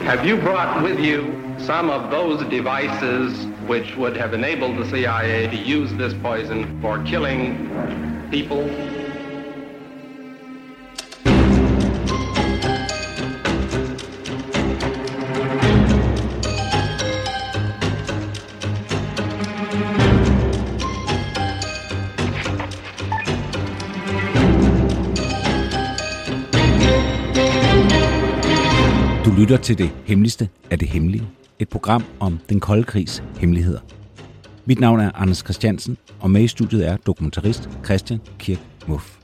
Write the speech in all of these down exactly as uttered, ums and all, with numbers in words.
Have you brought with you some of those devices which would have enabled the C I A to use this poison for killing people? Du lytter til Det Hemmeligste af det Hemmelige, et program om den kolde krigs hemmeligheder. Mit navn er Anders Christiansen, og med i studiet er dokumentarist Christian Kirk Muff.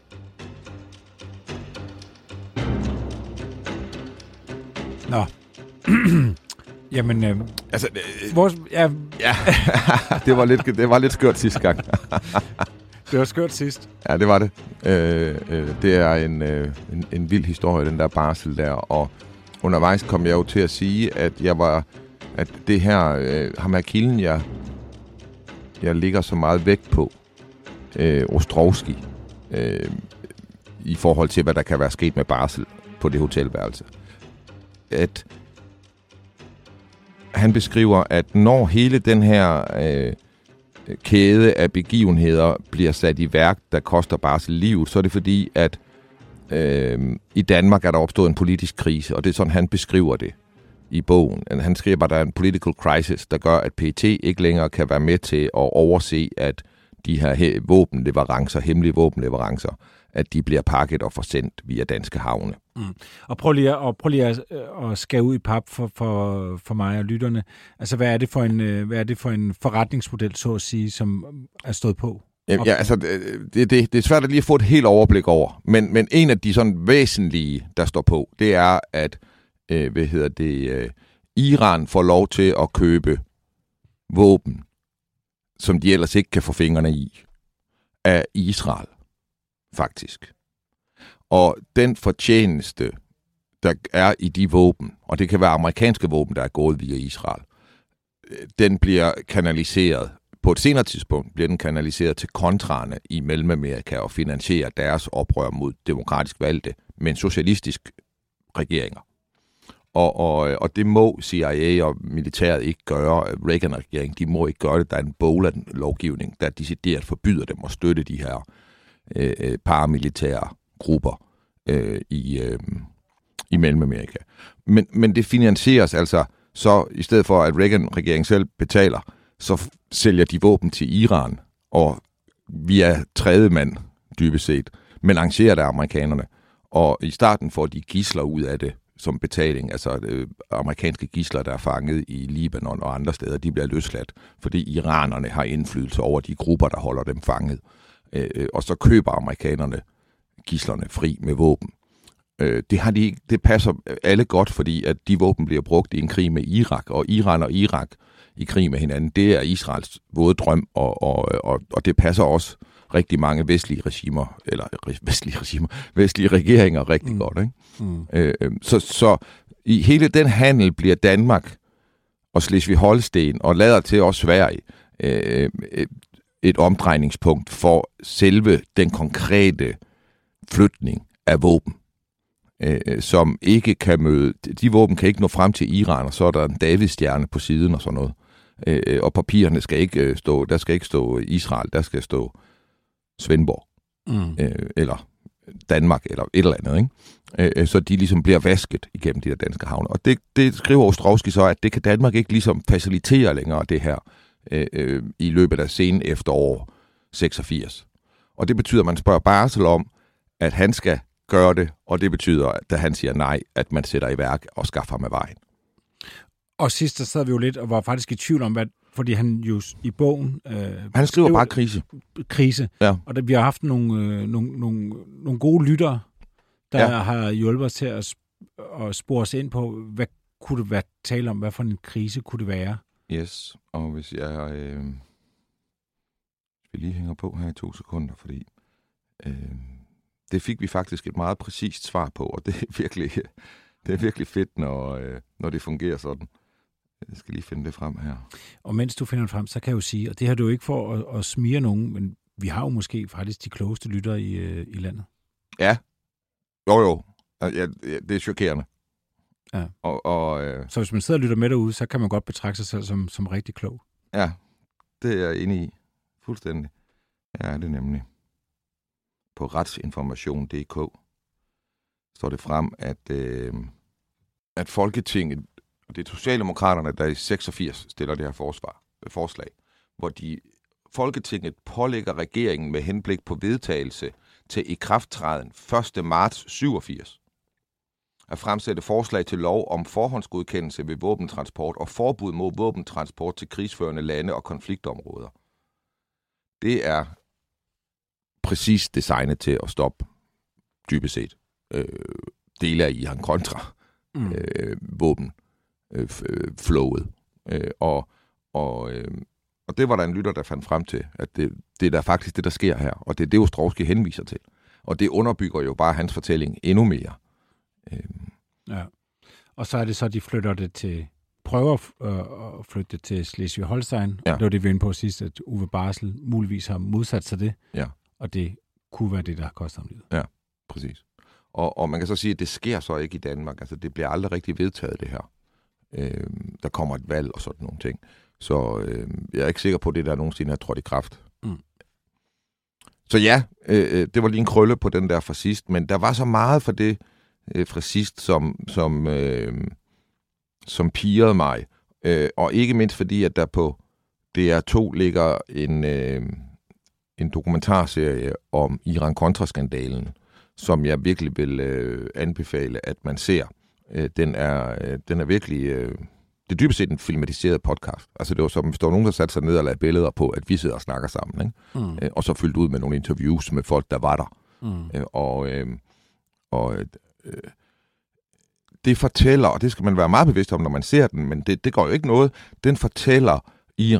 Nå, jamen, øh, altså, øh, vores, ja, ja, det var lidt, det var lidt skørt sidste gang. Det var skørt sidst. Ja, det var det. Øh, øh, det er en, øh, en, en vild historie, den der barsel der, og undervejs kom jeg jo til at sige, at jeg var, at det her, øh, ham her kilden, jeg, jeg ligger så meget vægt på, øh, Ostrovsky, øh, i forhold til, hvad der kan være sket med barsel på det hotelværelse. At han beskriver, at når hele den her øh, kæde af begivenheder bliver sat i værk, der koster barsel livet, så er det fordi, at øh, i Danmark er der opstået en politisk krise, og det er sådan, han beskriver det i bogen. Han skriver, at der er en political crisis, der gør, at P E T ikke længere kan være med til at overse, at de her våbenleverancer, hemmelige våbenleverancer, at de bliver pakket og forsendt via danske havne. Mm. Og prøv lige, at, og prøv lige at, at skære ud i pap for, for, for mig og lytterne. Altså, hvad er det for en, hvad er det for en forretningsmodel, så at sige, som er stået på? Ja, ja, altså, det, det, det er svært at lige at få et helt overblik over, men, men en af de sådan væsentlige, der står på, det er, at øh, hvad hedder det, øh, Iran får lov til at købe våben, som de ellers ikke kan få fingrene i, af Israel, faktisk. Og den fortjeneste, der er i de våben, og det kan være amerikanske våben, der er gået via Israel, den bliver kanaliseret. På et senere tidspunkt bliver den kanaliseret til kontrane i Mellemamerika og finansierer deres oprør mod demokratisk valgte, men socialistisk regeringer. Og, og, og det må C I A og militæret ikke gøre. Reagan-regeringen, de må ikke gøre det. Der er en Boland-lovgivning, der decideret forbyder dem at støtte de her øh, paramilitære grupper øh, i, øh, i Mellemamerika. Men, men det finansieres altså så, i stedet for at Reagan-regeringen selv betaler, så sælger de våben til Iran, og via tredje mand, dybest set, melangerer der amerikanerne. Og i starten får de gidsler ud af det som betaling, altså øh, amerikanske gidsler, der er fanget i Libanon og andre steder, de bliver løsladt, fordi iranerne har indflydelse over de grupper, der holder dem fanget. Øh, og så køber amerikanerne gidslerne fri med våben. Øh, det, har de, det passer alle godt, fordi at de våben bliver brugt i en krig med Irak, og Iran og Irak i krig med hinanden, det er Israels våde drøm, og, og, og, og det passer også rigtig mange vestlige regimer, eller vestlige regimer, vestlige regeringer rigtig mm. godt, ikke? Mm. Øh, så, så i hele den handel bliver Danmark og Slesvig-Holsten, og lader til også Sverige, øh, et omdrejningspunkt for selve den konkrete flytning af våben, øh, som ikke kan møde, de våben kan ikke nå frem til Iran, og så er der en Davidstjerne på siden og sådan noget. Øh, og papirerne skal ikke stå, der skal ikke stå Israel, der skal stå Svendborg, mm. øh, eller Danmark, eller et eller andet, ikke? Øh, så de ligesom bliver vasket igennem de der danske havne. Og det, det skriver Ostrovsky så, at det kan Danmark ikke ligesom facilitere længere, det her, øh, øh, i løbet af sen efterår seksogfirs. Og det betyder, at man spørger Barsel om, at han skal gøre det, og det betyder, at da han siger nej, at man sætter i værk og skaffer ham af vejen. Og sidst der sad vi jo lidt og var faktisk i tvivl om, hvad, fordi han jo i bogen... Øh, han skriver bare krise. Krise. Ja. Og der, vi har haft nogle, øh, nogle, nogle, nogle gode lyttere, der ja. har hjulpet os til at, at spore os ind på, hvad kunne det være tale om, hvad for en krise kunne det være? Yes, og hvis jeg... Øh, vi lige hænger på her i to sekunder, fordi... Øh, det fik vi faktisk et meget præcist svar på, og det er virkelig, det er virkelig fedt, når, øh, når det fungerer sådan. Jeg skal lige finde det frem her. Og mens du finder det frem, så kan jeg jo sige, og det har du jo ikke for at, at smire nogen, men vi har jo måske faktisk de klogeste lyttere i, øh, i landet. Ja, jo jo, ja, det er chokerende. Ja. Og, og, øh, så hvis man sidder og lytter med derude, så kan man godt betragte sig selv som, som rigtig klog. Ja, det er jeg inde i. Fuldstændig. Ja, det er nemlig. På retsinformation punktum d k står det frem, at, øh, at Folketinget, og det er Socialdemokraterne, der i seksogfirs stiller det her forsvar, forslag, hvor de Folketinget pålægger regeringen med henblik på vedtagelse til ikrafttræden første marts syvogfirs at fremsætte forslag til lov om forhåndsgodkendelse ved våbentransport og forbud mod våbentransport til krigsførende lande og konfliktområder. Det er præcis designet til at stoppe, dybest set, øh, dele af Iran-Contra mm. øh, våbenflowet. Øh, øh, og, og, øh, og det var der en lytter, der fandt frem til, at det, det er der faktisk det, der sker her. Og det er det, Ostrovsky henviser til. Og det underbygger jo bare hans fortælling endnu mere. Øh. Ja. Og så er det så, de flytter det til, prøver at flytte det til Slesvig-Holstein. Ja. Det var det, vi var inde på sidst, at Uwe Barsel muligvis har modsat sig det. Ja. Og det kunne være det, der har kostet ham livet. Ja, præcis. Og, og man kan så sige, at det sker så ikke i Danmark. Altså, det bliver aldrig rigtig vedtaget, det her. Øh, der kommer et valg og sådan nogle ting. Så øh, jeg er ikke sikker på, at det der nogensinde er trådt i kraft. Mm. Så ja, øh, det var lige en krølle på den der fra sidst, men der var så meget for det øh, fra sidst, som, som, øh, som pirrede mig. Øh, og ikke mindst fordi, at der på D R to ligger en... Øh, en dokumentarserie om Iran-Contra-skandalen, som jeg virkelig vil øh, anbefale, at man ser. Øh, den, er, øh, den er virkelig... Øh, det er dybest set en filmatiseret podcast. Altså det var som, hvis der var nogen, der satte sig ned og lagde billeder på, at vi sidder og snakker sammen, ikke? Mm. Øh, og så fyldt ud med nogle interviews med folk, der var der. Mm. Øh, og øh, og øh, det fortæller, og det skal man være meget bevidst om, når man ser den, men det, det går jo ikke noget. Den fortæller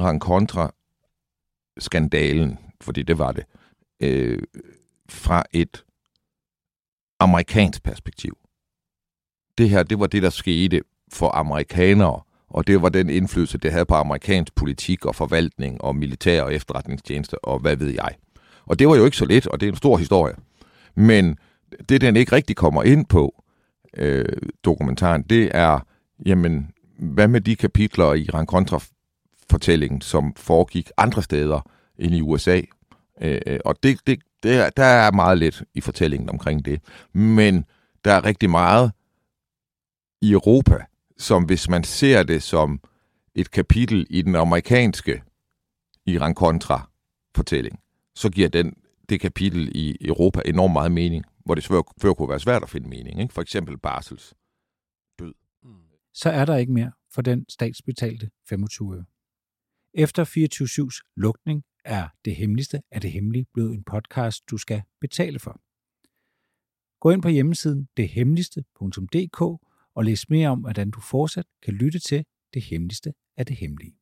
Iran-Contra-skandalen, fordi det var det, øh, fra et amerikansk perspektiv. Det her, det var det, der skete for amerikanere, og det var den indflydelse, det havde på amerikansk politik og forvaltning og militær og efterretningstjeneste og hvad ved jeg. Og det var jo ikke så let, og det er en stor historie. Men det, den ikke rigtig kommer ind på, øh, dokumentaren, det er, jamen, hvad med de kapitler i Iran-Contra-fortællingen, som foregik andre steder end i U S A. Øh, og det, det, det er, der er meget lidt i fortællingen omkring det. Men der er rigtig meget i Europa, som hvis man ser det som et kapitel i den amerikanske Iran-Contra-fortælling, så giver den, det kapitel i Europa enormt meget mening, hvor det før, før kunne være svært at finde mening. Ikke? For eksempel Barsels død. Så er der ikke mere for den statsbetalte femogtyve øre. Efter fireogtyve syvs lukning er Det Hemmeligste af det Hemmelige blevet en podcast, du skal betale for. Gå ind på hjemmesiden det hemmeligste punktum d k og læs mere om, hvordan du fortsat kan lytte til Det Hemmeligste af det Hemmelige.